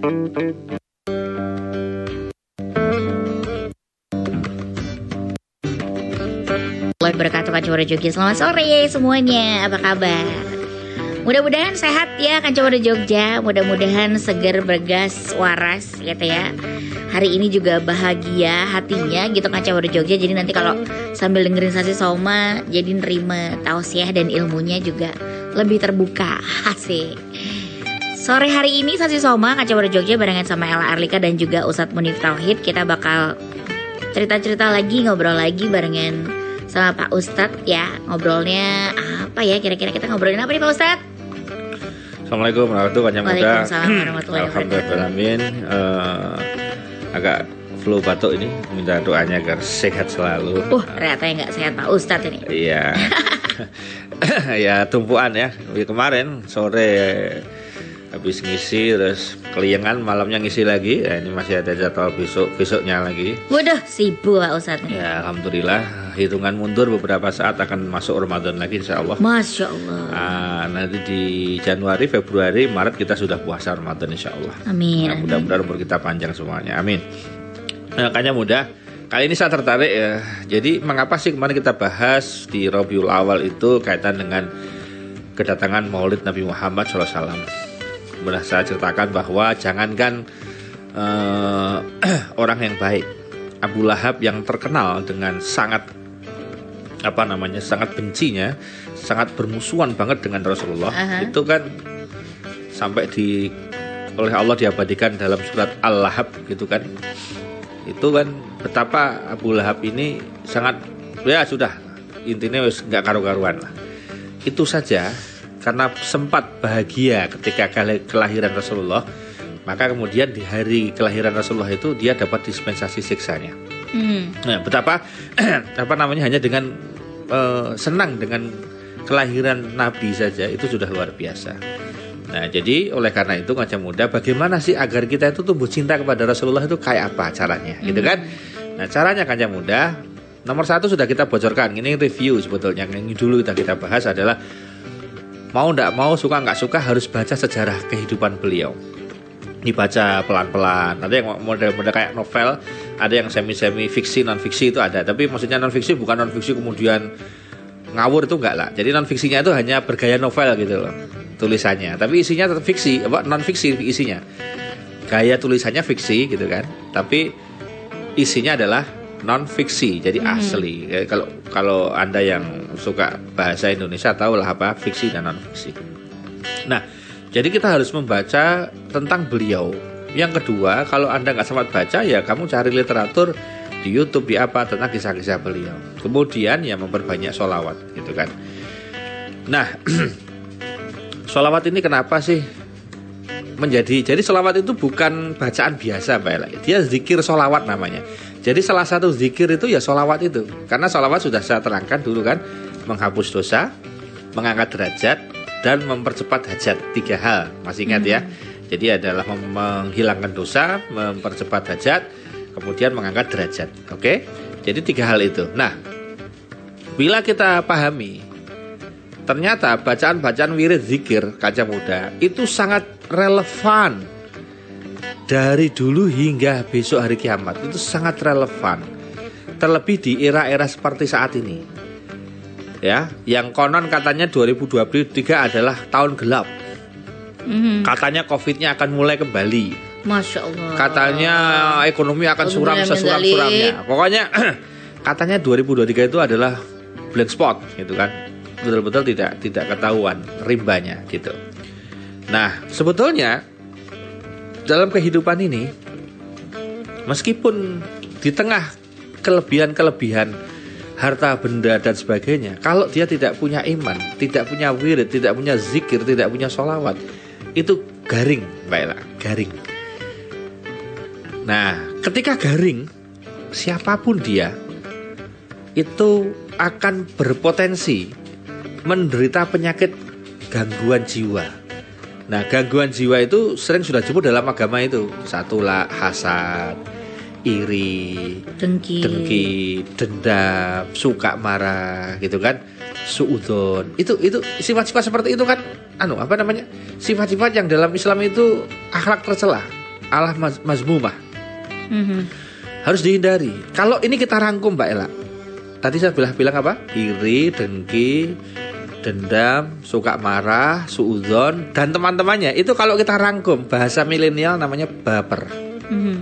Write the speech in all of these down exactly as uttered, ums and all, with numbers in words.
Berkata Kancawara Jogja. Selamat sore semuanya, apa kabar? Mudah-mudahan sehat ya Kancawara Jogja. Mudah-mudahan segar, bergas, waras gitu ya. Hari ini juga bahagia hatinya gitu Kancawara Jogja. Jadi nanti kalau sambil dengerin Sasi Soma, jadi nerima tausiah dan ilmunya juga lebih terbuka. Asik. Sore hari ini Sasi Soma Kancawara Jogja barengan sama Ella Arlika dan juga Ustadz Munif Tauhid. Kita bakal cerita-cerita lagi, ngobrol lagi barengan sama Pak Ustadz ya. Ngobrolnya apa ya, kira-kira kita ngobrolin apa nih Pak Ustadz? Assalamualaikum warahmatullahi wabarakatuh. Waalaikumsalam warahmatullahi wabarakatuh. Alhamdulillah, uh, agak flu batuk ini, minta doanya agar sehat selalu. Uh, ternyata nggak sehat Pak Ustadz ini. Iya. Ya tumpuan ya. Kemarin sore habis ngisi terus keliengan, malamnya ngisi lagi. Ya, ini masih ada jadwal besok besoknya lagi. Waduh, sibuk Pak Ustadz. Ya alhamdulillah, hitungan mundur beberapa saat akan masuk Ramadan lagi insya Allah. Masya Allah. Nah, nanti di Januari, Februari, Maret kita sudah puasa Ramadan insya Allah. Amin. Nah, mudah-mudahan umur kita panjang semuanya. Amin. Nah, makanya mudah. Kali ini saya tertarik ya. Jadi mengapa sih kemarin kita bahas di Rabiul Awal itu kaitan dengan kedatangan Maulid Nabi Muhammad shallallahu alaihi wasallam. Kemudian saya ceritakan bahwa jangankan uh, orang yang baik, Abu Lahab yang terkenal dengan sangat apa namanya sangat bencinya, sangat bermusuhan banget dengan Rasulullah, uh-huh. itu kan sampai di oleh Allah diabadikan dalam surat Al-Lahab gitu kan. Itu kan betapa Abu Lahab ini sangat, ya sudah intinya wis nggak karu-karuan lah. Itu saja karena sempat bahagia ketika kelahiran Rasulullah, maka kemudian di hari kelahiran Rasulullah itu dia dapat dispensasi siksanya. Hmm. Nah, betapa apa namanya hanya dengan uh, senang dengan kelahiran Nabi saja itu sudah luar biasa. Nah, jadi oleh karena itu Kancah Muda, bagaimana sih agar kita itu tumbuh cinta kepada Rasulullah itu kayak apa caranya, hmm. gitu kan? Nah, caranya Kancah Muda, nomor satu sudah kita bocorkan. Ini review sebetulnya. Yang dulu kita kita bahas adalah mau ndak mau, suka nggak suka harus baca sejarah kehidupan beliau. Dibaca pelan-pelan. Ada yang model-model kayak novel, ada yang semi-semi fiksi, non fiksi itu ada. Tapi maksudnya non fiksi bukan non fiksi kemudian ngawur, itu enggak lah. Jadi non fiksinya itu hanya bergaya novel gitu loh tulisannya, tapi isinya tetap fiksi, apa non fiksi isinya. Gaya tulisannya fiksi gitu kan, tapi isinya adalah non fiksi, jadi hmm. asli. Kalau kalau Anda yang suka bahasa Indonesia tahu lah apa fiksi dan non fiksi. Nah, jadi kita harus membaca tentang beliau. Yang kedua, kalau Anda nggak sempat baca, ya kamu cari literatur di YouTube, di apa tentang kisah-kisah beliau. Kemudian ya memperbanyak sholawat gitu kan. Nah, sholawat ini kenapa sih menjadi, jadi sholawat itu bukan bacaan biasa Mbak Ella, dia zikir sholawat namanya. Jadi salah satu zikir itu ya sholawat itu. Karena sholawat sudah saya terangkan dulu kan, menghapus dosa, mengangkat derajat, dan mempercepat hajat. Tiga hal, masih ingat hmm. ya. Jadi adalah menghilangkan dosa, mempercepat hajat, kemudian mengangkat derajat. Oke, jadi tiga hal itu. Nah, bila kita pahami, ternyata bacaan-bacaan wirid zikir Kancah Muda itu sangat relevan dari dulu hingga besok hari kiamat. Itu sangat relevan. Terlebih di era-era seperti saat ini. Ya, yang konon katanya dua ribu dua puluh tiga adalah tahun gelap. Mm-hmm. Katanya Covid-nya akan mulai kembali. Masya Allah. Katanya ekonomi akan suram sesuram-suramnya. Pokoknya katanya dua ribu dua puluh tiga itu adalah blank spot gitu kan. Betul-betul tidak tidak ketahuan rimbanya gitu. Nah, sebetulnya dalam kehidupan ini, meskipun di tengah kelebihan-kelebihan harta benda dan sebagainya, kalau dia tidak punya iman, tidak punya wirid, tidak punya zikir, tidak punya sholawat, itu garing, Mbak Ella, garing. Nah, ketika garing, siapapun dia itu akan berpotensi menderita penyakit gangguan jiwa. Nah, gangguan jiwa itu sering sudah disebut dalam agama itu. Satu lah hasad, iri, dengki, dengki, dendam, suka marah, gitu kan, suudzon. Itu itu sifat-sifat seperti itu kan, anu apa namanya? Sifat-sifat yang dalam Islam itu akhlak tercela. Allah maz- mazmumah. Mhm. Harus dihindari. Kalau ini kita rangkum Mbak Ella. Tadi saya bilang bilang apa? Iri, dengki, dendam, suka marah, suudzon dan teman-temannya. Itu kalau kita rangkum bahasa milenial namanya baper. Mhm.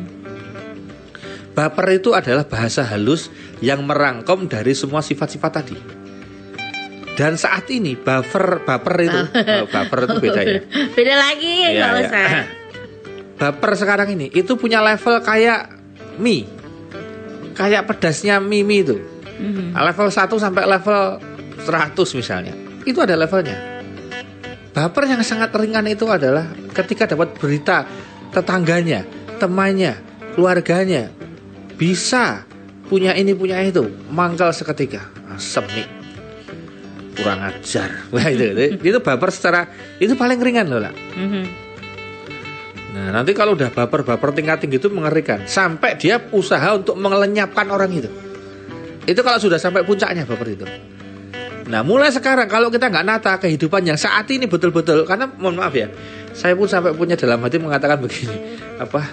Baper itu adalah bahasa halus yang merangkum dari semua sifat-sifat tadi. Dan saat ini baper baper itu oh, baper itu beda ya. Beda lagi Iya, kalau iya. saya. Baper sekarang ini itu punya level kayak mie. Kayak pedasnya mie, mie itu. Mhm. Level satu sampai level seratus misalnya. Itu ada levelnya. Baper yang sangat ringan itu adalah ketika dapat berita tetangganya, temannya, keluarganya bisa punya ini punya itu, mangkal seketika, semik, kurang ajar. Wah itu, itu, itu baper secara itu paling ringan loh lah. Mhm. Nah nanti kalau udah baper-baper tingkat tinggi itu mengerikan, sampai dia usaha untuk melenyapkan orang itu. Itu kalau sudah sampai puncaknya baper itu. Nah mulai sekarang kalau kita nggak nata kehidupan yang saat ini betul-betul, karena mohon maaf ya, saya pun sampai punya dalam hati mengatakan begini, apa?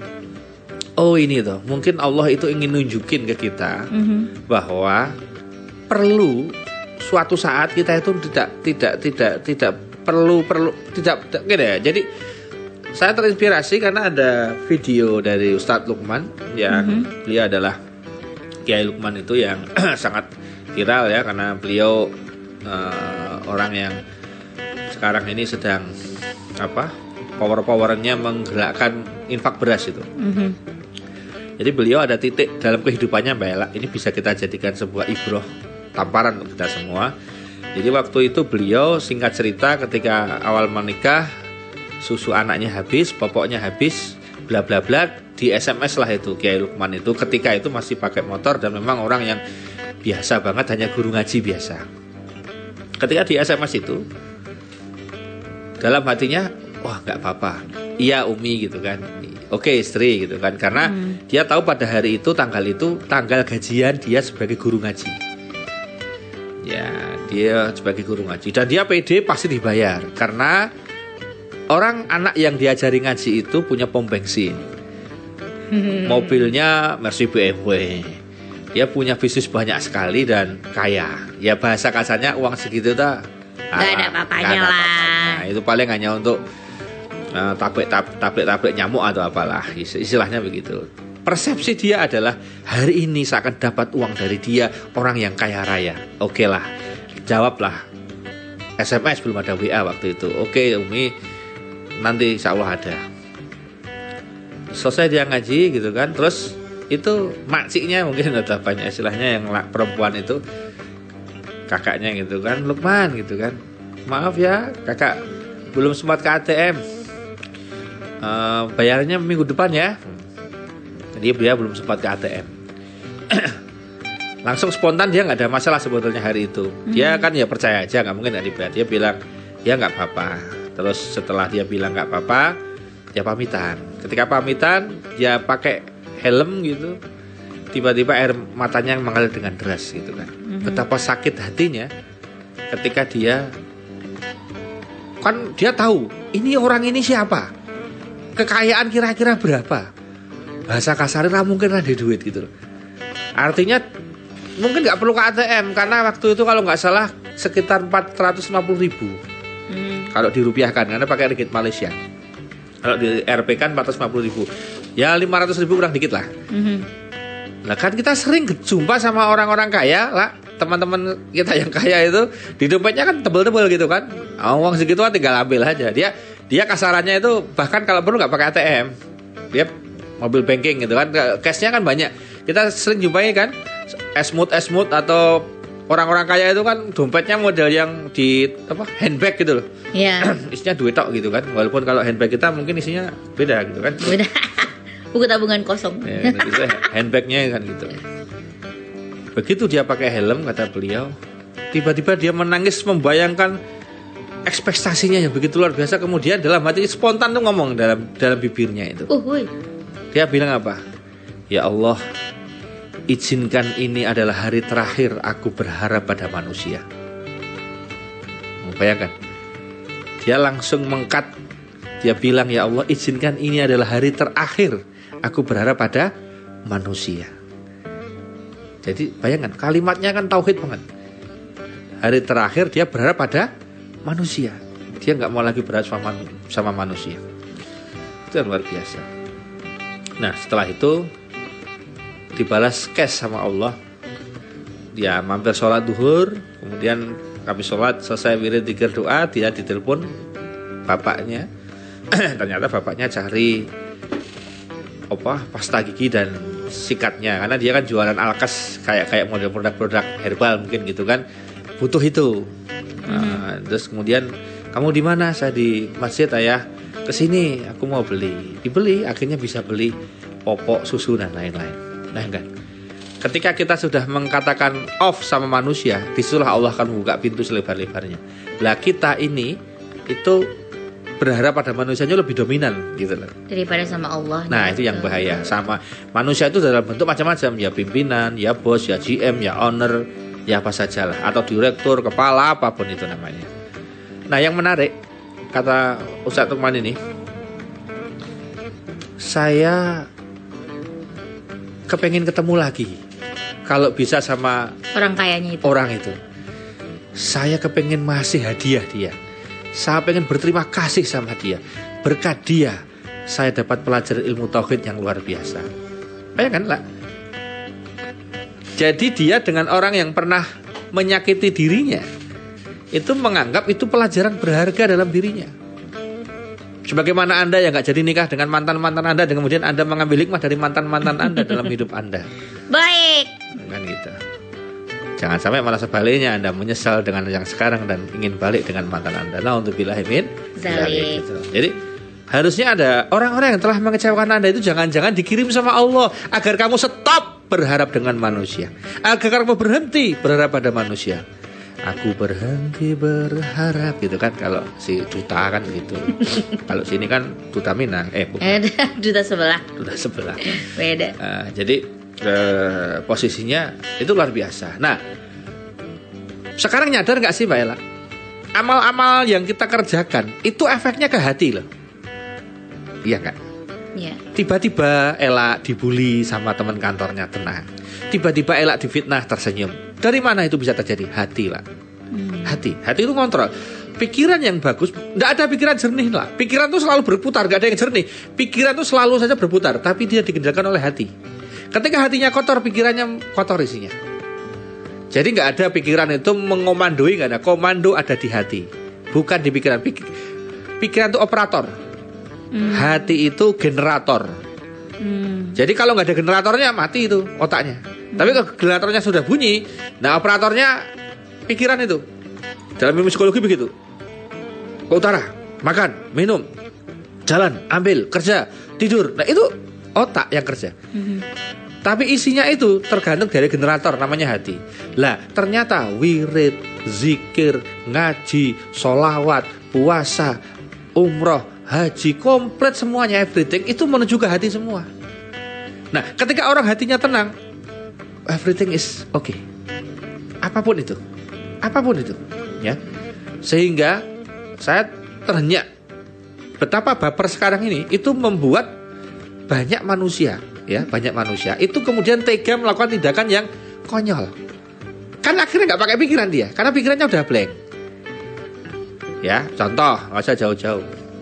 Oh ini tuh, mungkin Allah itu ingin nunjukin ke kita Mhm. bahwa perlu suatu saat kita itu tidak tidak tidak tidak perlu perlu tidak, tidak gini ya. Jadi saya terinspirasi karena ada video dari Ustadz Lukman yang Mhm. beliau adalah Kiai Lukman itu yang sangat viral ya karena beliau eh, orang yang sekarang ini sedang apa power-powernya menggerakkan infak beras itu. Mhm. Jadi beliau ada titik dalam kehidupannya Mbak Ella, ini bisa kita jadikan sebuah ibroh tamparan untuk kita semua. Jadi waktu itu beliau singkat cerita ketika awal menikah, susu anaknya habis, popoknya habis, bla bla bla, di S M S lah itu Kiai Lukman itu ketika itu masih pakai motor dan memang orang yang biasa banget, hanya guru ngaji biasa. Ketika di S M S itu dalam hatinya, wah nggak apa-apa, iya Umi gitu kan, oke istri gitu kan, karena Hmm. dia tahu pada hari itu tanggal itu tanggal gajian dia sebagai guru ngaji. Ya dia sebagai guru ngaji dan dia pede pasti dibayar karena orang anak yang diajari ngaji itu punya pom bensin, mobilnya Mercy B M W, dia punya bisnis banyak sekali dan kaya. Ya bahasa kasarnya uang segitu dah Nggak ada apa-apanya lah. Nah, itu paling hanya untuk uh, tablet tab, tablet tablet nyamuk atau apalah, istilahnya begitu. Persepsi dia adalah hari ini saya akan dapat uang dari dia, orang yang kaya raya. Oke lah, jawablah S M S, belum ada W A waktu itu. Oke Umi, nanti insya Allah ada. Selesai dia ngaji gitu kan, terus itu makciknya mungkin ada banyak istilahnya yang perempuan itu, kakaknya gitu kan, Lukman gitu kan, maaf ya kakak belum sempat ke A T M, uh, bayarnya minggu depan ya. Jadi dia belum sempat ke A T M. Langsung spontan, dia nggak ada masalah sebetulnya hari itu. Dia kan ya percaya aja, nggak mungkin nggak dibayar. Dia bilang ya nggak apa-apa. Terus setelah dia bilang nggak apa-apa, dia pamitan. Ketika pamitan dia pakai helm gitu, tiba-tiba air matanya mengalir dengan deras gitu kan. Mm-hmm. Betapa sakit hatinya ketika dia kan dia tahu ini orang ini siapa, kekayaan kira-kira berapa, bahasa kasarnya mungkin ada duit gitu loh. Artinya mungkin nggak perlu ke A T M karena waktu itu kalau nggak salah sekitar empat ratus lima puluh ribu hmm. kalau dirupiahkan karena pakai ringgit Malaysia. Kalau di R P kan empat ratus lima puluh ribu, ya lima ratus ribu kurang dikit lah. Hmm. Nah kan kita sering jumpa sama orang-orang kaya lah, teman-teman kita yang kaya itu di dompetnya kan tebel-tebel gitu kan, uang segitu kan tinggal ambil aja. Dia dia kasarannya itu bahkan kalau perlu nggak pakai A T M, dia mobil banking gitu kan, cashnya kan banyak. Kita sering jumpai kan Esmut Esmut atau orang-orang kaya itu kan dompetnya model yang di apa handbag gitu loh. Iya. Isinya duit tok gitu kan. Walaupun kalau handbag kita mungkin isinya beda gitu kan. Beda. Buku tabungan kosong. Ya, itu handbagnya kan gitu. Begitu dia pakai helm kata beliau, tiba-tiba dia menangis membayangkan ekspektasinya yang begitu luar biasa. Kemudian dalam hati spontan tuh ngomong dalam dalam bibirnya itu. Uh, dia bilang apa? Ya Allah, izinkan ini adalah hari terakhir aku berharap pada manusia. Bayangkan, dia langsung mengkat Dia bilang, ya Allah, izinkan ini adalah hari terakhir aku berharap pada manusia. Jadi bayangkan, kalimatnya kan tauhid banget. Hari terakhir dia berharap pada manusia. Dia nggak mau lagi berharap sama, sama manusia. Itu yang luar biasa. Nah, setelah itu dibalas cash sama Allah. Dia mampir sholat duhur, kemudian kami sholat selesai wirid zikir doa, dia ditelepon bapaknya. Ternyata bapaknya cari apa pasta gigi dan sikatnya, karena dia kan jualan alkes kayak kayak model produk-produk herbal mungkin gitu kan, butuh itu. Nah, terus kemudian, kamu di mana? Saya di masjid ayah. Kesini, aku mau beli. Dibeli, akhirnya bisa beli popok, susu dan lain-lain. Nah kan, ketika kita sudah mengatakan off sama manusia, disitulah Allah akan membuka pintu selebar-lebarnya. Lah kita ini itu berharap pada manusianya lebih dominan gitu loh daripada sama Allah. Nah itu yang bahaya. Sama manusia itu dalam bentuk macam-macam, ya pimpinan, ya bos, ya G M, ya owner, ya apa saja lah, atau direktur, kepala, apapun itu namanya. Nah yang menarik, kata Ustadz Tukman ini, saya kepengen ketemu lagi kalau bisa sama orang kayanya itu. Orang itu saya kepengen masih hadiah dia. Saya pengen berterima kasih sama dia. Berkat dia saya dapat pelajaran ilmu tauhid yang luar biasa. Bayangkan lah. Jadi dia dengan orang yang pernah menyakiti dirinya, itu menganggap itu pelajaran berharga dalam dirinya. Sebagaimana Anda yang gak jadi nikah dengan mantan-mantan Anda, dan kemudian Anda mengambil hikmah dari mantan-mantan Anda dalam hidup Anda. Baik. Kan gitu. Jangan sampai malah sebaliknya Anda menyesal dengan yang sekarang dan ingin balik dengan mantan Anda. Nah, untuk billahi min dzalik gitu. Jadi harusnya ada orang-orang yang telah mengecewakan Anda itu jangan-jangan dikirim sama Allah agar kamu stop berharap dengan manusia, agar kamu berhenti berharap pada manusia. Aku berhenti berharap gitu kan, kalau si duta kan gitu. Kalau sini kan duta Minang, eh bukan. duta sebelah. Duta sebelah. Beda. Uh, jadi Uh, posisinya itu luar biasa. Nah, sekarang nyadar gak sih Mbak Ella, amal-amal yang kita kerjakan itu efeknya ke hati loh. Iya kan? Iya. Tiba-tiba Ella dibully sama teman kantornya, tenang. Tiba-tiba Ella difitnah, tersenyum. Dari mana itu bisa terjadi? Hati lah. hmm. Hati, hati itu kontrol. Pikiran yang bagus, gak ada pikiran jernih lah. Pikiran itu selalu berputar, gak ada yang jernih. Pikiran itu selalu saja berputar, tapi dia dikendalikan oleh hati. Ketika hatinya kotor, pikirannya kotor isinya. Jadi gak ada pikiran itu mengomandoi, gak ada. Komando ada di hati, bukan di pikiran. Pik- Pikiran itu operator, hmm. hati itu generator. hmm. Jadi kalau gak ada generatornya, mati itu otaknya. hmm. Tapi kalau generatornya sudah bunyi, nah operatornya pikiran itu. Dalam ilmu psikologi begitu. Ke utara, makan, minum, jalan, ambil, kerja, tidur. Nah itu otak yang kerja. hmm. Tapi isinya itu tergantung dari generator namanya hati. Lah ternyata wirid, zikir, ngaji, sholawat, puasa, umroh, haji, komplit semuanya, everything itu menuju ke hati semua. Nah ketika orang hatinya tenang, everything is okay. Apapun itu, apapun itu, ya. Sehingga saya terhenyak betapa baper sekarang ini itu membuat banyak manusia, ya banyak manusia itu kemudian tega melakukan tindakan yang konyol. Kan akhirnya nggak pakai pikiran dia, karena pikirannya udah blank. Ya, contoh, nggak usah jauh-jauh.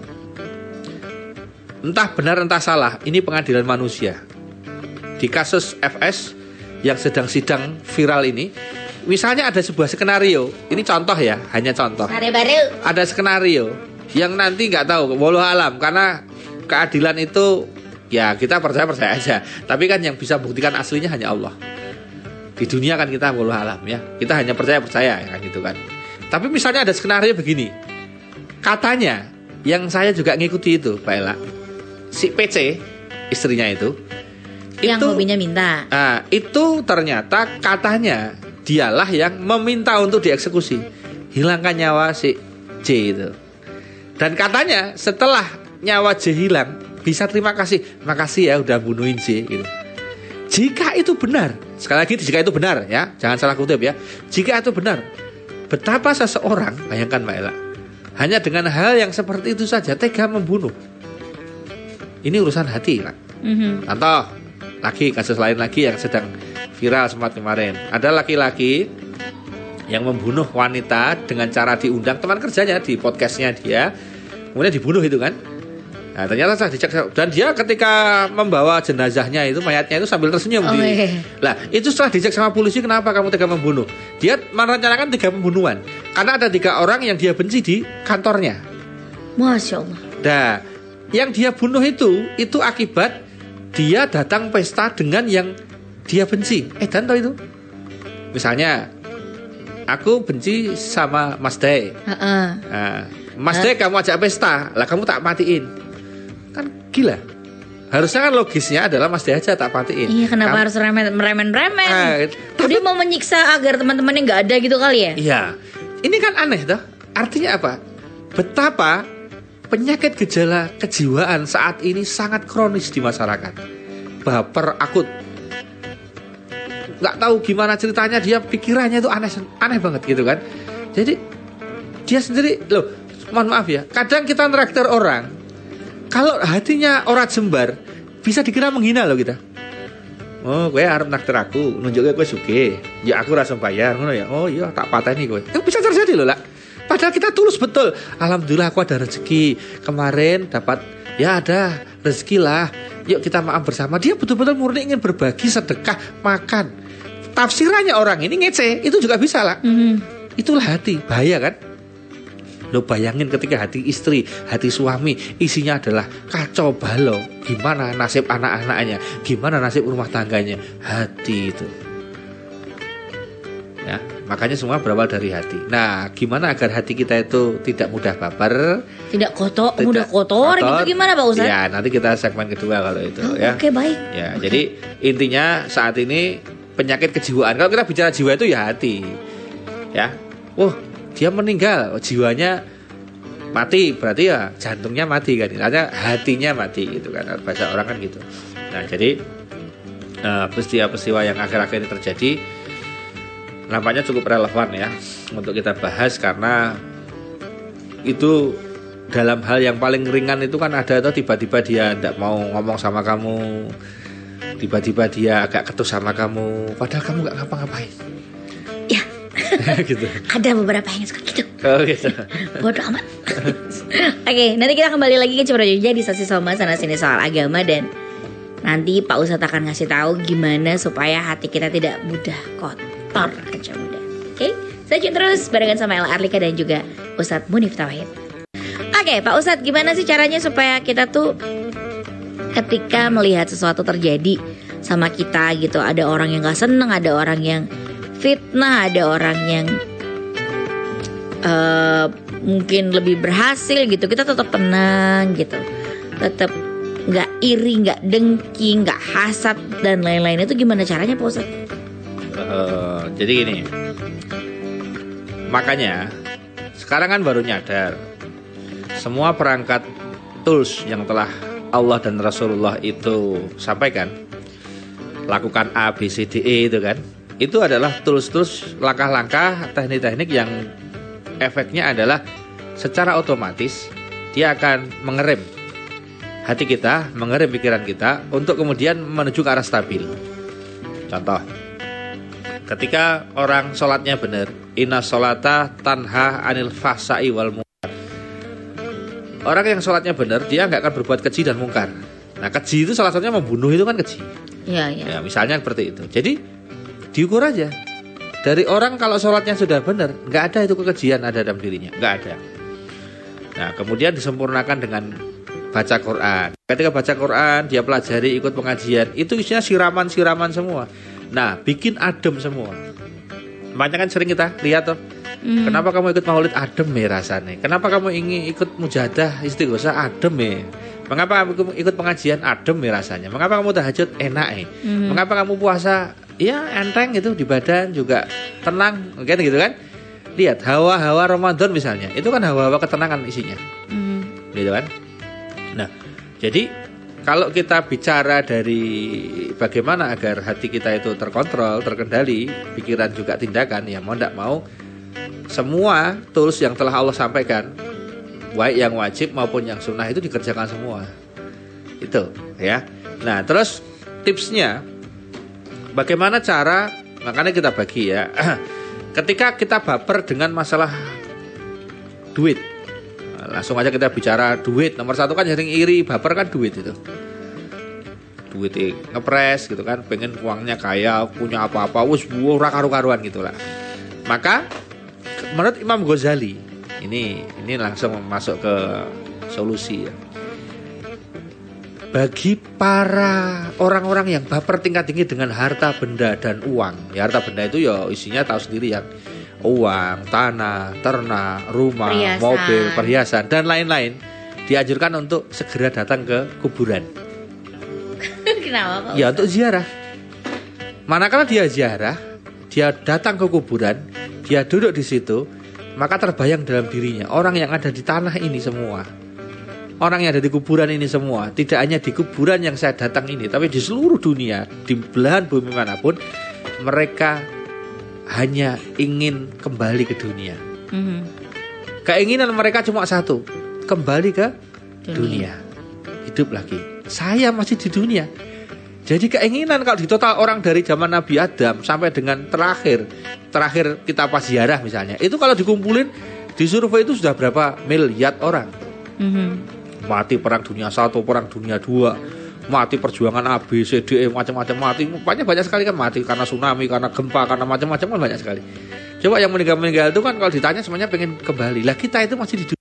Entah benar entah salah, ini pengadilan manusia. Di kasus F S yang sedang sidang viral ini, misalnya ada sebuah skenario, ini contoh ya, hanya contoh. Baru-baru. Ada skenario yang nanti nggak tahu, wallahu alam, karena keadilan itu ya kita percaya-percaya aja. Tapi kan yang bisa buktikan aslinya hanya Allah. Di dunia kan kita wallahu alam ya, kita hanya percaya-percaya kan gitu kan. Tapi misalnya ada skenario begini, katanya yang saya juga ngikuti itu Pak Ella, si P C istrinya itu, yang itu, hobinya minta. Nah, itu ternyata katanya dialah yang meminta untuk dieksekusi, hilangkan nyawa si J itu. Dan katanya setelah nyawa J hilang, bisa terima kasih, makasih ya udah bunuhin J gitu. Jika itu benar, sekali lagi jika itu benar ya, jangan salah kutip ya. Jika itu benar, betapa seseorang, bayangkan Mbak Ella, hanya dengan hal yang seperti itu saja tega membunuh. Ini urusan hati lah. Mm-hmm. Contoh lagi kasus lain lagi yang sedang viral sempat kemarin. Ada laki-laki yang membunuh wanita dengan cara diundang teman kerjanya di podcastnya dia, kemudian dibunuh itu kan. Nah, ternyata setelah dicek, dan dia ketika membawa jenazahnya itu, mayatnya itu sambil tersenyum. Oh, iya. Lah itu setelah dicek sama polisi, kenapa kamu tega membunuh? Dia merencanakan tiga pembunuhan karena ada tiga orang yang dia benci di kantornya. Masya Allah. Nah, yang dia bunuh itu itu akibat dia datang pesta dengan yang dia benci. Eh dan tahu itu, misalnya aku benci sama Mas Day. Uh-uh. Nah, Mas uh. Day kamu ajak pesta, lah kamu tak matiin. Kan gila. Harusnya kan logisnya adalah Mas Day aja tak matiin. Iya, kenapa kamu harus remen-remen? Nah, tapi dia mau menyiksa agar teman-temannya nggak ada gitu kali ya? Iya. Ini kan aneh toh. Artinya apa? Betapa penyakit gejala kejiwaan saat ini sangat kronis di masyarakat. Baper akut. Nggak tahu gimana ceritanya, dia pikirannya itu aneh aneh banget gitu kan. Jadi dia sendiri loh, mohon maaf ya, kadang kita nraktir orang, kalau hatinya orang jembar bisa dikira menghina loh kita. Oh, gue arep naktir aku, nunjuknya gue sugih, ya aku rasa bayar, ngono ya. Oh iya, tak pateni gue. Itu bisa terjadi loh lah. Padahal kita tulus betul. Alhamdulillah aku ada rezeki kemarin, dapat ya ada rezeki lah. Yuk kita maaf bersama. Dia betul-betul murni ingin berbagi, sedekah, makan. Tafsirannya orang ini ngece, itu juga bisa lah. Mm-hmm. Itulah hati, bahaya kan? Lo bayangin ketika hati istri, hati suami isinya adalah kacau balau. Gimana nasib anak-anaknya, gimana nasib rumah tangganya. Hati itu ya, makanya semua berawal dari hati. Nah, gimana agar hati kita itu tidak mudah baper, tidak kotor, tidak mudah kotor, kotor gitu gimana Pak Ustadz? Ya, nanti kita segmen kedua kalau itu. Oh, ya. Oke, baik. Ya, jadi intinya saat ini penyakit kejiwaan. Kalau kita bicara jiwa itu ya hati. Ya. Oh, dia meninggal, oh, jiwanya mati, berarti ya jantungnya mati kan. Artinya hatinya mati gitu kan. Bahasa orang kan gitu. Nah, jadi uh, peristiwa-peristiwa yang akhir-akhir ini terjadi nampaknya cukup relevan ya untuk kita bahas, karena itu dalam hal yang paling ringan itu kan ada atau tiba-tiba dia tidak mau ngomong sama kamu, tiba-tiba dia agak ketus sama kamu, padahal kamu nggak ngapa-ngapain. Ya, gitu. Ada beberapa yang suka gitu. Oh gitu. Bodoh amat. Oke, nanti kita kembali lagi ke Cemara Jogja di sesi Soma sana sini soal agama, dan nanti Pak Ustadz akan ngasih tahu gimana supaya hati kita tidak mudah kotor. Kaca muda. Oke, saya lanjut terus barengan sama Ella Arlika dan juga Ustadz Munif Tauhid. Oke, Pak Ustadz, gimana sih caranya supaya kita tuh ketika melihat sesuatu terjadi sama kita gitu, ada orang yang gak seneng, ada orang yang fitnah, ada orang yang uh, mungkin lebih berhasil gitu, kita tetap tenang gitu, tetap gak iri, gak dengki, gak hasad dan lain-lain. Itu gimana caranya Pak Ustadz? Uh, jadi gini, makanya sekarang kan baru nyadar semua perangkat tools yang telah Allah dan Rasulullah itu sampaikan, lakukan A, B, C, D, E itu kan, itu adalah tools-tools, langkah-langkah, teknik-teknik yang efeknya adalah secara otomatis dia akan mengerem hati kita, mengerem pikiran kita untuk kemudian menuju ke arah stabil. Contoh, ketika orang sholatnya benar, inna sholata tanha anil fahsai wal munkar. Orang yang sholatnya benar, dia nggak akan berbuat keji dan mungkar. Nah, keji itu salah satunya membunuh, itu kan keji. Ya, ya. Ya, misalnya seperti itu. Jadi diukur aja. Dari orang kalau sholatnya sudah benar, nggak ada itu kekejian ada dalam dirinya, nggak ada. Nah, kemudian disempurnakan dengan baca Quran. Ketika baca Quran, dia pelajari, ikut pengajian, itu isinya siraman-siraman semua. Nah, bikin adem semua. Makanya kan sering kita lihat tuh, hmm. kenapa kamu ikut maulid adem ya rasanya? Kenapa kamu ingin ikut mujadah istighosah adem ya? Mengapa kamu ikut pengajian adem ya rasanya? Mengapa kamu tahajud enak ya? Hmm. Mengapa kamu puasa ya enteng gitu di badan juga tenang, kan gitu kan? Lihat hawa-hawa Ramadan misalnya, itu kan hawa-hawa ketenangan isinya, hmm. gitu kan? Nah, jadi kalau kita bicara dari bagaimana agar hati kita itu terkontrol, terkendali, pikiran juga tindakan, ya mau tidak mau semua tools yang telah Allah sampaikan baik yang wajib maupun yang sunnah itu dikerjakan semua. Itu ya. Nah terus tipsnya, bagaimana cara, makanya kita bagi ya. Ketika kita baper dengan masalah duit, langsung aja kita bicara duit. Nomor satu kan sering iri, baper kan duit itu. Duit ngepres gitu kan, pengen uangnya kaya, punya apa-apa, wus ora karu-karuan gitu lah. Maka menurut Imam Ghazali, ini ini langsung masuk ke solusi ya. Bagi para orang-orang yang baper tingkat tinggi dengan harta benda dan uang, ya harta benda itu ya isinya tahu sendiri ya, uang, tanah, ternak, rumah, perhiasan, mobil, perhiasan dan lain-lain, dianjurkan untuk segera datang ke kuburan. Kenapa Pak? Ya untuk ziarah. Manakala dia ziarah, dia datang ke kuburan, dia duduk di situ, maka terbayang dalam dirinya orang yang ada di tanah ini semua, orang yang ada di kuburan ini semua, tidak hanya di kuburan yang saya datang ini, tapi di seluruh dunia, di belahan bumi manapun, mereka hanya ingin kembali ke dunia. Mm-hmm. Keinginan mereka cuma satu, kembali ke dunia. dunia, hidup lagi. Saya masih di dunia. Jadi keinginan kalau di total orang dari zaman Nabi Adam sampai dengan terakhir Terakhir kita pas ziarah misalnya, itu kalau dikumpulin di survei itu sudah berapa miliar orang. Mm-hmm. Mati perang dunia satu, perang dunia dua, mati perjuangan A B C D E, macam-macam mati. Banyak banyak sekali kan mati karena tsunami, karena gempa, karena macam-macam kan banyak sekali. Coba yang meninggal-meninggal itu kan kalau ditanya semuanya pengen kembali. Lah kita itu masih di dunia.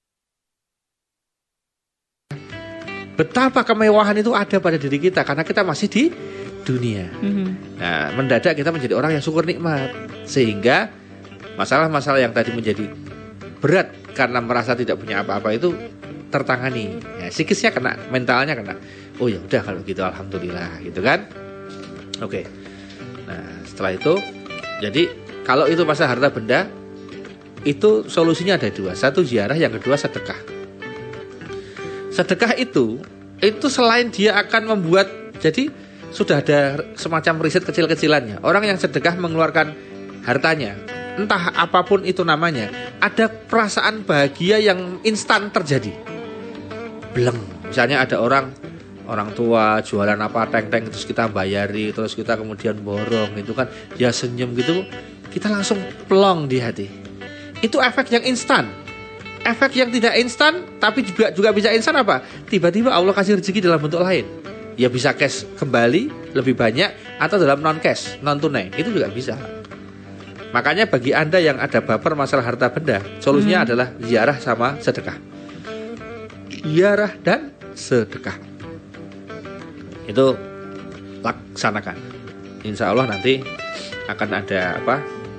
Betapa kemewahan itu ada pada diri kita karena kita masih di dunia. Mm-hmm. Nah, mendadak kita menjadi orang yang syukur nikmat, sehingga masalah-masalah yang tadi menjadi berat karena merasa tidak punya apa-apa itu tertangani. Ya, psikisnya kena, mentalnya kena. Oh ya udah kalau gitu alhamdulillah, gitu kan? Oke. Nah, setelah itu, jadi kalau itu masalah harta benda, itu solusinya ada dua. Satu ziarah, yang kedua sedekah. Sedekah itu, itu selain dia akan membuat, jadi sudah ada semacam riset kecil-kecilannya. Orang yang sedekah mengeluarkan hartanya, entah apapun itu namanya, ada perasaan bahagia yang instan terjadi. Bleng. Misalnya ada orang, orang tua jualan apa teng-teng, terus kita bayari, terus kita kemudian borong, itu kan dia senyum gitu, kita langsung plong di hati. Itu efek yang instan. Efek yang tidak instan, tapi juga juga bisa instan apa? Tiba-tiba Allah kasih rezeki dalam bentuk lain. Ya bisa cash kembali lebih banyak, atau dalam non cash, non tunai, itu juga bisa. Makanya bagi Anda yang ada baper masalah harta benda, solusinya hmm. adalah ziarah sama sedekah. Ziarah dan sedekah. Itu laksanakan. Insya Allah nanti akan ada apa?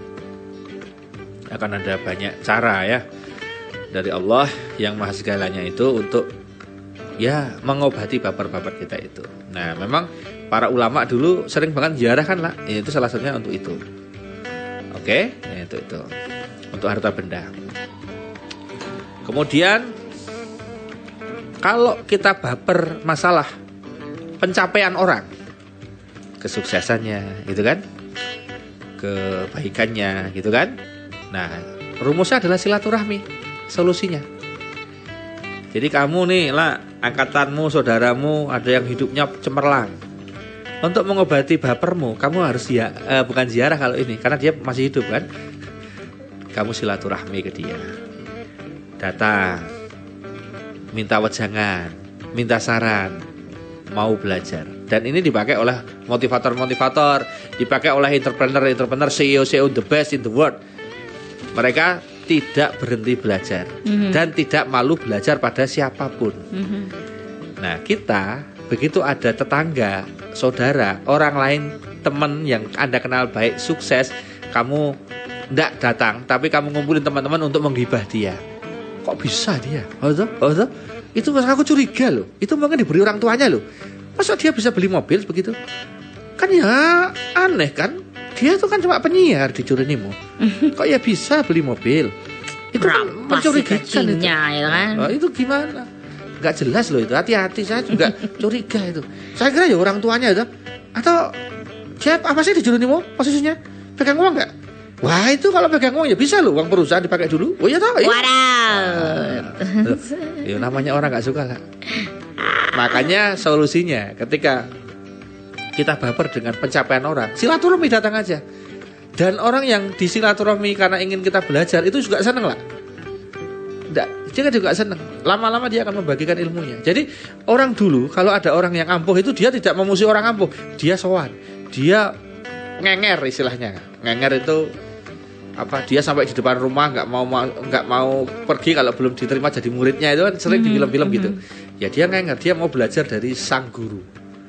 Akan ada banyak cara ya dari Allah yang maha segalanya itu untuk ya mengobati baper-baper kita itu. Nah memang para ulama dulu sering banget ziarah kan lah, itu salah satunya untuk itu. Oke, nah, itu itu untuk harta benda. Kemudian kalau kita baper masalah pencapaian orang, kesuksesannya, gitu kan, kebaikannya, gitu kan. Nah rumusnya adalah silaturahmi. Solusinya, jadi kamu nih lah, angkatanmu, saudaramu ada yang hidupnya cemerlang. Untuk mengobati bapermu, kamu harus ya eh, bukan ziarah kalau ini, karena dia masih hidup kan. Kamu silaturahmi ke dia, datang, minta wejangan, minta saran, mau belajar. Dan ini dipakai oleh motivator-motivator, dipakai oleh entrepreneur-entrepreneur, C E O C E O the best in the world. Mereka tidak berhenti belajar, mm-hmm. dan tidak malu belajar pada siapapun. Mm-hmm. Nah kita begitu ada tetangga, saudara, orang lain, teman yang Anda kenal baik, sukses, kamu tidak datang, tapi kamu ngumpulin teman-teman untuk menggibah dia. Kok bisa dia? Oh, itu, oh, itu, itu aku curiga loh. Itu mungkin diberi orang tuanya loh. Masa dia bisa beli mobil begitu? Kan ya aneh kan? Dia tuh kan cuma penyiar di Curinimu. Kok ya bisa beli mobil? Itu kan mencurigakan itu. Ya kan? Oh, itu gimana? Gak jelas loh itu. Hati-hati, saya juga curiga itu. Saya kira ya orang tuanya itu. Atau siapa apa sih di Curinimu posisinya? Pegang uang gak? Wah itu kalau pegang uang ya bisa loh, uang perusahaan dipakai dulu. Oh ya tahu. Waduh. Nah, ya namanya orang nggak suka lah. Makanya solusinya ketika kita baper dengan pencapaian orang, silaturahmi datang aja. Dan orang yang disilaturahmi karena ingin kita belajar itu juga seneng lah. Nggak, dia juga seneng. Lama-lama dia akan membagikan ilmunya. Jadi orang dulu kalau ada orang yang ampuh itu dia tidak memusuhi orang ampuh, dia sowan, dia ngenger istilahnya. Ngenger itu apa? Dia sampai di depan rumah nggak mau nggak mau pergi kalau belum diterima jadi muridnya, itu kan sering di film-film gitu. Ya dia ngenger, dia mau belajar dari sang guru.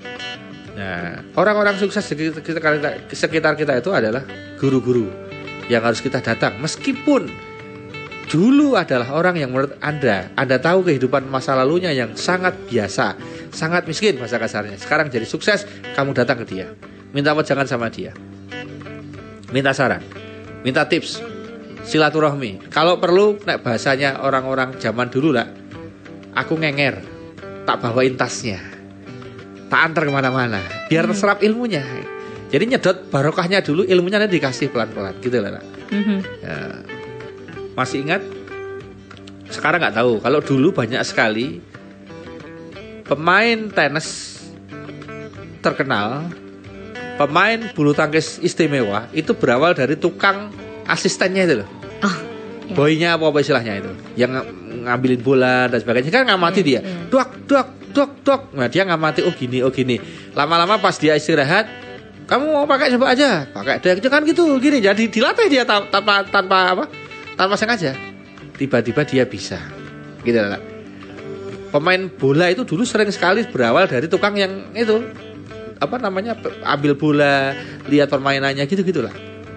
Nah, orang-orang sukses di sekitar kita itu adalah guru-guru yang harus kita datang. Meskipun dulu adalah orang yang menurut Anda, Anda tahu kehidupan masa lalunya yang sangat biasa, sangat miskin bahasa kasarnya. Sekarang jadi sukses, kamu datang ke dia, minta wejangan sama dia, minta saran, minta tips, silaturahmi. Kalau perlu, nek bahasanya orang-orang zaman dulu lah, aku ngenger, tak bawain tasnya, tak antar kemana-mana, biar terserap ilmunya. Jadi nyedot barokahnya dulu, ilmunya nanti dikasih pelan-pelan, gitu lah. Mm-hmm. Ya, masih ingat? Sekarang nggak tahu. Kalau dulu banyak sekali pemain tenis terkenal, pemain bulu tangkis istimewa itu berawal dari tukang asistennya itu loh. Oh, ya. Boynya apa-apa istilahnya itu, yang ngambilin bola dan sebagainya kan ngamati ya, dia, ya. Duak, duak, duak, duak. Nah dia ngamati, oh gini, oh gini. Lama-lama pas dia istirahat, kamu mau pakai coba aja, pakai dia kan gitu, gini. Jadi dilatih dia tanpa tanpa apa, tanpa sengaja. Tiba-tiba dia bisa, gitu lah. Pemain bola itu dulu sering sekali berawal dari tukang yang itu, apa namanya, ambil bola, lihat permainannya gitu-gitulah.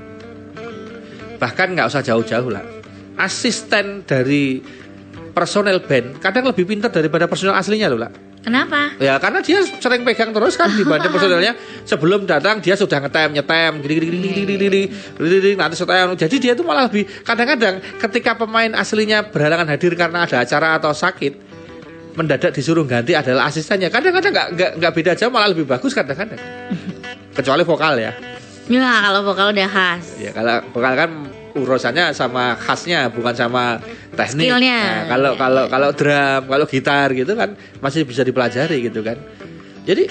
Bahkan nggak usah jauh-jauh lah, asisten dari personel band kadang lebih pintar daripada personel aslinya loh lah. Kenapa? Ya karena dia sering pegang terus kan dibanding personelnya. Sebelum datang dia sudah ngetem, nyetem, gini gini gini gini gini gini, nanti setem. Jadi dia itu malah lebih, kadang-kadang ketika pemain aslinya berhalangan hadir karena ada acara atau sakit, mendadak disuruh ganti adalah asistennya. Kadang-kadang nggak nggak nggak beda jauh, malah lebih bagus kadang-kadang. Kecuali vokal ya. Ya kalau vokal udah khas. Ya kalau vokal kan urusannya sama khasnya, bukan sama teknik. Skillnya. Nah, kalau kalau kalau drum, kalau gitar gitu kan masih bisa dipelajari gitu kan. Jadi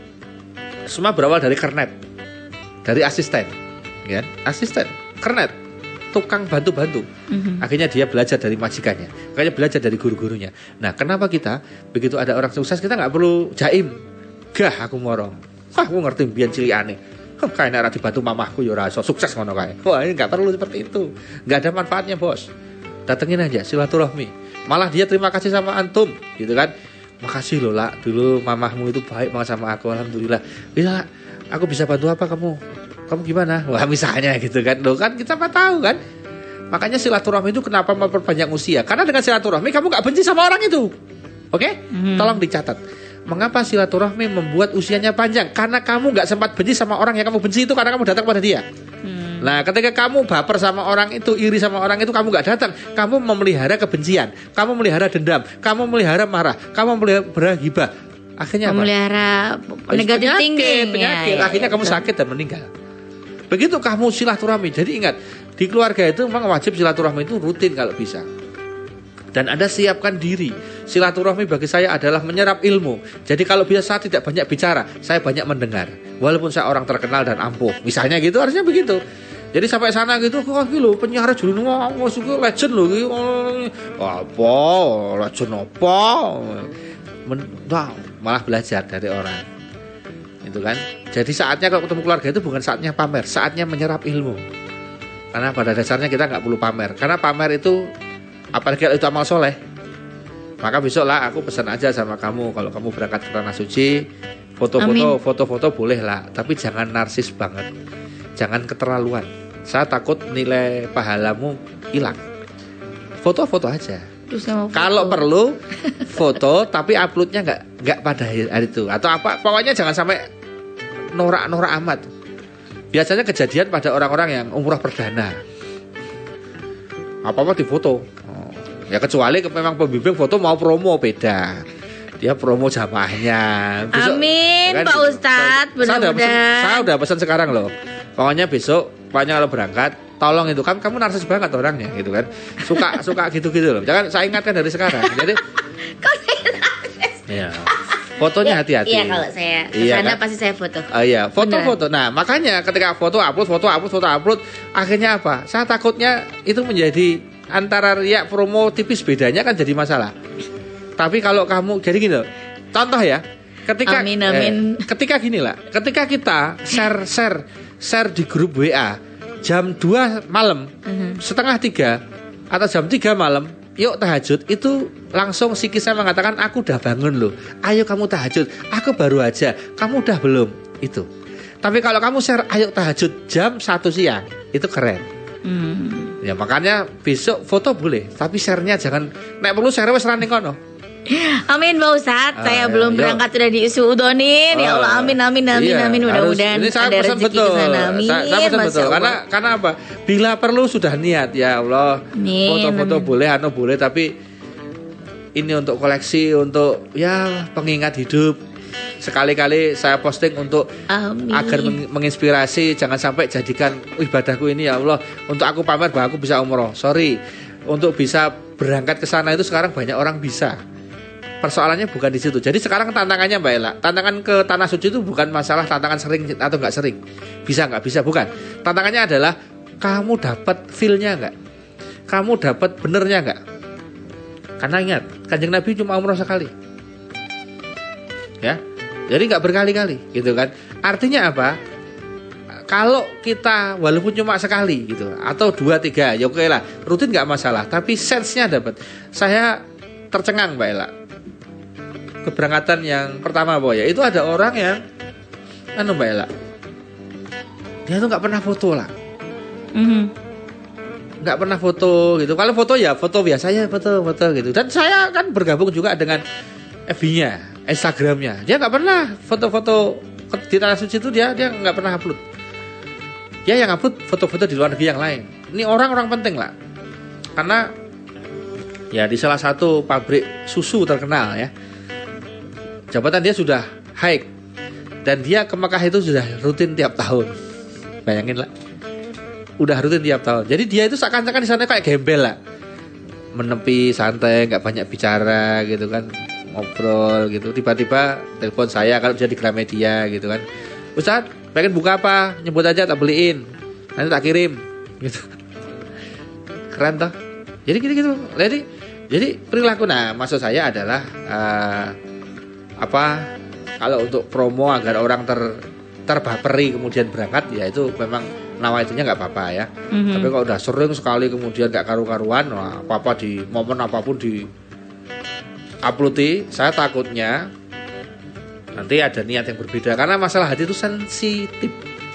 semua berawal dari kernet, dari asisten, kan? Asisten, kernet, tukang bantu-bantu. Mm-hmm. Akhirnya dia belajar dari majikannya, akhirnya belajar dari guru-gurunya. Nah, kenapa kita begitu ada orang sukses kita nggak perlu jaim, gah aku moro, wah aku ngerti biyen cilikane. Kayak nek ra dibantu mamahku ya ora iso sukses ngono kae. Wah, ini enggak perlu seperti itu. Enggak ada manfaatnya, Bos. Datengin aja silaturahmi. Malah dia terima kasih sama antum, gitu kan. Makasih loh, Lak. Dulu mamahmu itu baik banget sama aku, alhamdulillah. Bisa, aku bisa bantu apa kamu? Kamu gimana? Wah, misalnya gitu kan. Loh kan kita apa tahu kan. Makanya silaturahmi itu kenapa memperpanjang usia? Karena dengan silaturahmi kamu enggak benci sama orang itu. Oke? Okay? Hmm. Tolong dicatat. Mengapa silaturahmi membuat usianya panjang? Karena kamu gak sempat benci sama orang yang kamu benci itu karena kamu datang pada dia. Hmm. Nah, ketika kamu baper sama orang itu, iri sama orang itu, kamu gak datang. Kamu memelihara kebencian, kamu memelihara dendam, kamu memelihara marah, kamu memelihara hibah. Akhirnya memelihara apa? Negatif thinking. Penyakit. Ya, akhirnya ya, kamu sakit dan meninggal. Begitu kamu silaturahmi. Jadi ingat, di keluarga itu memang wajib silaturahmi itu rutin kalau bisa. Dan Anda siapkan diri. Silaturahmi bagi saya adalah menyerap ilmu. Jadi kalau bisa saya tidak banyak bicara, saya banyak mendengar. Walaupun saya orang terkenal dan ampuh, misalnya gitu, harusnya begitu. Jadi sampai sana gitu, kok gitu penyiar juru ngomong suku legend loh, apa legend apa? Nah, malah belajar dari orang. Itu kan. Jadi saatnya kalau ketemu keluarga itu bukan saatnya pamer, saatnya menyerap ilmu. Karena pada dasarnya kita nggak perlu pamer. Karena pamer itu, apalagi kalau itu amal soleh, maka besok lah aku pesan aja sama kamu, kalau kamu berangkat ke tanah suci, foto-foto, foto-foto boleh lah, tapi jangan narsis banget, jangan keterlaluan. Saya takut nilai pahalamu hilang. Foto-foto aja. Foto. Kalau perlu foto, tapi uploadnya nggak nggak pada hari itu atau apa, pokoknya jangan sampai norak-norak amat. Biasanya kejadian pada orang-orang yang umrah perdana, apa-apa difoto. Ya kecuali memang pembimbing foto mau promo beda. Dia promo jamaahnya. Besok, amin ya kan, Pak Ustadz. Saya udah pesan, saya udah pesan sekarang loh. Pokoknya besok, pokoknya kalau berangkat tolong itu kan kamu narsis banget orangnya gitu kan. Suka suka gitu-gitu loh. Jangan saya ingatkan dari sekarang. Jadi Kok saya narsis? ya. Fotonya hati-hati. Iya, kalau saya kesana Iya, kan? pasti saya foto. Oh iya, foto-foto. Nah, makanya ketika foto upload, foto upload, foto upload, akhirnya apa? Saya takutnya itu menjadi antara riak promo tipis, bedanya kan jadi masalah. Tapi kalau kamu jadi gini loh. Contoh ya, ketika Amin, amin. Eh, ketika gini lah, ketika kita share share share di grup W A jam dua malam, Mhm. setengah tiga atau jam tiga malam, yuk tahajud, itu langsung psikis saya mengatakan aku udah bangun loh. Ayo kamu tahajud. Aku baru aja. Kamu udah belum? Itu. Tapi kalau kamu share ayo tahajud jam satu siang, itu keren. Hmm. Ya makanya besok foto boleh, tapi share-nya jangan nek perlu share wis running kono. Amin Pak Ustadz, Ah, saya ya, belum yuk. berangkat sudah diisudonin. Ya Allah, amin amin amin Iya, amin. Mudah-mudahan harus- ini saya ada pesan rezeki betul. ke sana. Amin. Saya, saya pesan Masya betul. Allah. Karena karena apa? Bila perlu sudah niat ya Allah. Amin, Foto-foto amin. boleh, anu boleh, tapi ini untuk koleksi, untuk ya pengingat hidup. Sekali-kali saya posting untuk Amin. agar meng- menginspirasi. Jangan sampai jadikan ibadahku ini ya Allah untuk aku pamer bahwa aku bisa umroh. Sorry, untuk bisa berangkat ke sana itu sekarang banyak orang bisa. Persoalannya bukan di situ. Jadi sekarang tantangannya Mbak Ella, tantangan ke tanah suci itu bukan masalah tantangan sering atau nggak sering, bisa nggak bisa, bukan. Tantangannya adalah kamu dapat feel-nya nggak, kamu dapat benernya nggak. Karena ingat, Kanjeng Nabi cuma umroh sekali, ya. Jadi nggak berkali-kali, gitu kan. Artinya apa? Kalau kita walaupun cuma sekali gitu, atau dua tiga, ya oke lah, rutin nggak masalah. Tapi sense-nya dapat. Saya tercengang Mbak Ella. Keberangkatan yang pertama boy, itu ada orang yang anu Mbak Ella, dia tuh nggak pernah foto lah, Mhm. nggak pernah foto gitu. Kalau foto ya foto biasa ya, foto foto gitu. Dan saya kan bergabung juga dengan F B-nya, Instagramnya, dia nggak pernah foto-foto di tanah suci itu, dia dia nggak pernah upload. Dia yang upload foto-foto di luar negeri yang lain. Ini orang-orang penting lah, karena ya di salah satu pabrik susu terkenal ya, jabatan dia sudah high, dan dia ke Mekah itu sudah rutin tiap tahun. Bayangin lah, udah rutin tiap tahun. Jadi dia itu seakan-akan di sana kayak gembel lah, menepi santai, nggak banyak bicara gitu kan, ngobrol gitu. Tiba-tiba telepon saya kalau dia di Gramedia gitu kan, Ustadz pengen buka apa, nyebut aja tak beliin, nanti tak kirim gitu. Keren toh. Jadi gitu-gitu. Jadi jadi perilaku. Nah maksud saya adalah uh, apa, kalau untuk promo agar orang ter terbaperi kemudian berangkat, ya itu memang nawaitunya nggak apa-apa ya. Mhm. Tapi kalau udah sering sekali kemudian nggak karu-karuan, wah, apa-apa di momen apapun di uploadi, saya takutnya nanti ada niat yang berbeda, karena masalah hati itu sensitif.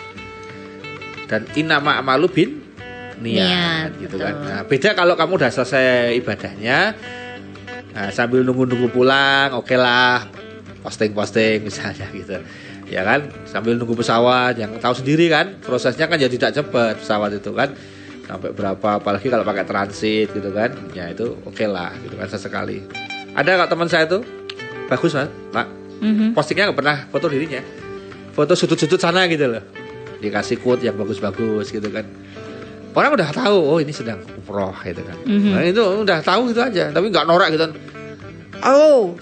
Dan inama amalu bin niat, Niat, gitu betul. kan. Nah, beda kalau kamu udah selesai ibadahnya, nah, sambil nunggu-nunggu pulang, oke lah, posting-posting misalnya gitu, ya kan, sambil nunggu pesawat, yang tahu sendiri kan prosesnya kan jadi tidak cepat pesawat itu kan, sampai berapa, apalagi kalau pakai transit gitu kan, ya itu oke lah gitu kan. Sesekali ada kak teman saya tuh bagus mas pak, Mhm. postingnya nggak pernah foto dirinya, foto sudut-sudut sana gitu loh, dikasih quote yang bagus-bagus gitu kan. Orang udah tahu, oh ini sedang umroh gitu kan. Mhm. Nah, itu udah tahu gitu aja, tapi nggak norak gitu kan. Oh,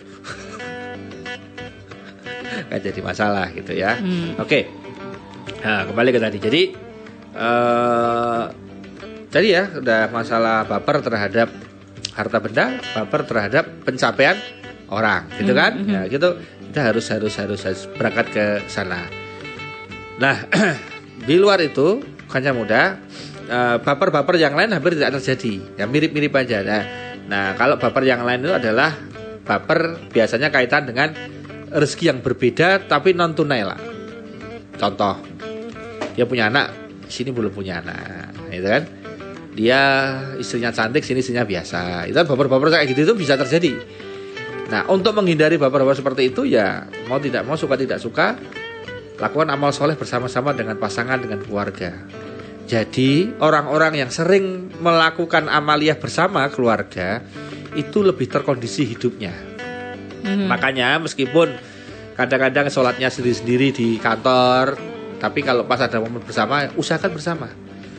nggak jadi masalah gitu ya. Hmm. Oke, nah kembali ke tadi. Jadi, eh tadi ya udah masalah baper terhadap harta benda, baper terhadap pencapaian orang, gitu kan? Mhm. Ya gitu, kita harus harus harus harus berangkat ke sana. Nah, di luar itu hanya mudah. Uh, baper-baper yang lain hampir tidak terjadi, ya mirip-mirip aja. Nah, nah kalau baper yang lain itu adalah baper biasanya kaitan dengan rezeki yang berbeda tapi non tunai lah. Contoh, dia punya anak, sini belum punya anak, gitu kan? Dia istrinya cantik, sini istrinya biasa. Itu baper-baper kayak gitu itu bisa terjadi. Nah, untuk menghindari baper-baper seperti itu ya mau tidak mau, suka tidak suka, lakukan amal soleh bersama-sama dengan pasangan, dengan keluarga. Jadi orang-orang yang sering melakukan amaliyah bersama keluarga itu lebih terkondisi hidupnya. Mhm. Makanya meskipun kadang-kadang sholatnya sendiri-sendiri di kantor, tapi kalau pas ada momen bersama usahakan bersama.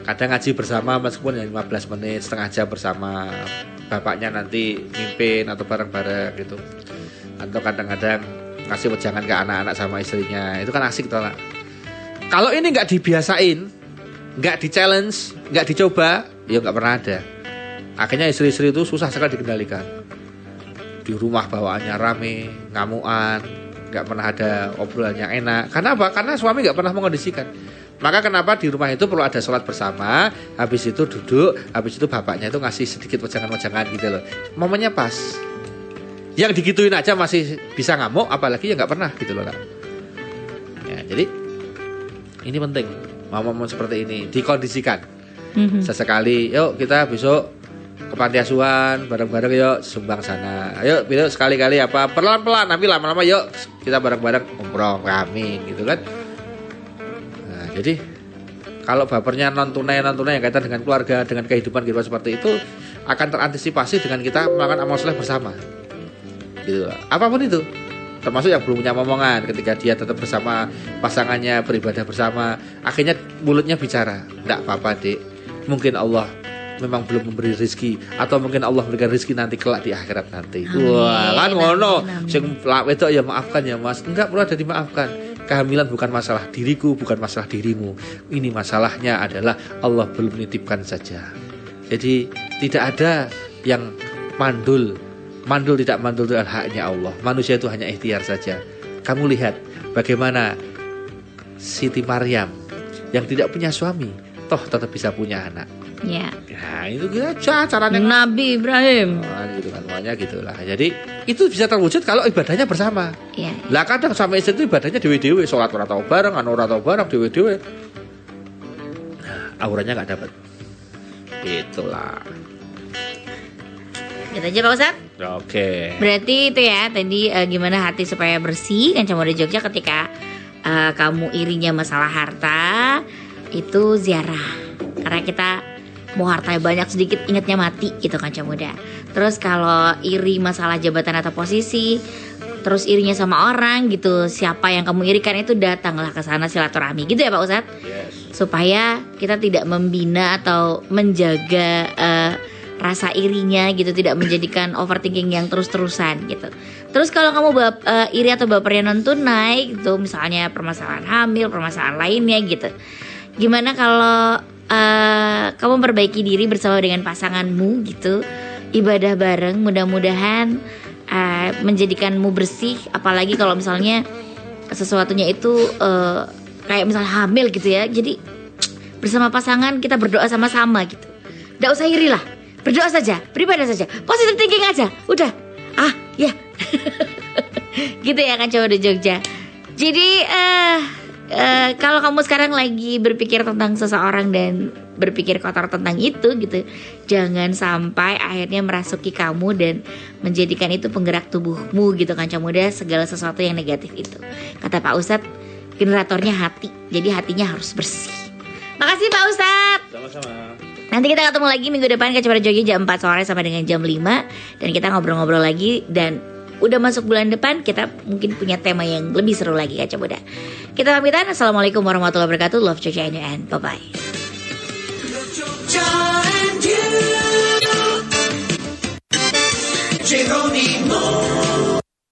kadang ngaji bersama meskipun hanya lima belas menit, setengah jam bersama, bapaknya nanti mimpin atau bareng-bareng gitu. Atau kadang-kadang ngasih wejangan ke anak-anak sama istrinya, itu kan asik toh. Kalau ini nggak dibiasain, nggak di challenge, nggak dicoba, ya nggak pernah ada. Akhirnya istri-istri itu susah sekali dikendalikan. Di rumah bawaannya rame, ngamuan, nggak pernah ada obrolan yang enak. Karena apa? Karena suami nggak pernah mengondisikan. Maka kenapa di rumah itu perlu ada sholat bersama, habis itu duduk, habis itu bapaknya itu ngasih sedikit wejangan-wejangan gitu loh. Momennya pas. Yang digituin aja masih bisa ngamuk, apalagi yang nggak pernah gitu loh. Ya, jadi ini penting, momen-momen seperti ini dikondisikan. Mm-hmm. Sesekali, yuk kita besok ke panti asuhan bareng-bareng, yuk sumbang sana. Ayo besok sekali-kali apa pelan-pelan, tapi lama-lama yuk kita bareng-bareng umroh kami gitu kan. Nah, jadi kalau bapernya non tunai non tunai yang kaitan dengan keluarga, dengan kehidupan gitu seperti itu akan terantisipasi dengan kita melakukan amal soleh bersama. Gitu. Apapun itu, termasuk yang belum punya momongan, ketika dia tetap bersama pasangannya beribadah bersama, akhirnya mulutnya bicara, enggak apa-apa dek, mungkin Allah memang belum memberi rezeki, atau mungkin Allah memberikan rezeki nanti kelak di akhirat nanti. Amin. Wah kan ngono, sing wedok ya maafkan ya mas, enggak perlu ada dimaafkan. Kehamilan bukan masalah diriku, bukan masalah dirimu, ini masalahnya adalah Allah belum menitipkan saja. Jadi tidak ada yang mandul. Mandul tidak mandul itu adalah haknya Allah. Manusia itu hanya ikhtiar saja. Kamu lihat bagaimana Siti Maryam yang tidak punya suami, toh tetap bisa punya anak. Ya. Nah itu aja caranya. Nabi Ibrahim. Oh, gitu kan, semuanya gitulah. Jadi itu bisa terwujud kalau ibadahnya bersama. Ya. Lah kadang sama istri itu ibadahnya dewe-dewe, sholat ora tau bareng, anu ora tau bareng, dewe-dewe. Auranya nggak dapat. Itulah. Gitu aja Pak Ustadz. Oke. Berarti itu ya tadi uh, gimana hati supaya bersih kan Cemara Jogja ketika uh, kamu irinya masalah harta itu ziarah. Karena kita mau hartanya banyak sedikit ingatnya mati gitu kan Cemara. Terus kalau iri masalah jabatan atau posisi, terus irinya sama orang gitu, siapa yang kamu irikan itu datanglah ke sana silaturahmi gitu ya Pak Ustadz. Yes. Supaya kita tidak membina atau menjaga uh, rasa irinya gitu, tidak menjadikan overthinking yang terus-terusan gitu. Terus kalau kamu bap, uh, iri atau bapernya non tunai gitu, misalnya permasalahan hamil, permasalahan lainnya gitu. Gimana kalau uh, kamu memperbaiki diri bersama dengan pasanganmu gitu, ibadah bareng, mudah-mudahan uh, menjadikanmu bersih. Apalagi kalau misalnya sesuatunya itu uh, kayak misalnya hamil gitu ya. Jadi bersama pasangan kita berdoa sama-sama gitu. Nggak usah iri lah. Berdoa saja, beribadah saja, positive thinking aja, udah, ah ya, gitu ya kan Cemara Jogja. Jadi uh, uh, kalau kamu sekarang lagi berpikir tentang seseorang dan berpikir kotor tentang itu gitu, jangan sampai akhirnya merasuki kamu dan menjadikan itu penggerak tubuhmu gitu kan Cemara, segala sesuatu yang negatif itu. Kata Pak Ustadz, generatornya hati, jadi hatinya harus bersih. Makasih Pak Ustadz. Sama-sama. Nanti kita ketemu lagi minggu depan ke Cemara Jogja jam empat sore sampai dengan jam lima. Dan kita ngobrol-ngobrol lagi. Dan udah masuk bulan depan kita mungkin punya tema yang lebih seru lagi Kak Muda. Kita pamitan. Assalamualaikum warahmatullahi wabarakatuh. Love Jogja and bye-bye. Geronimo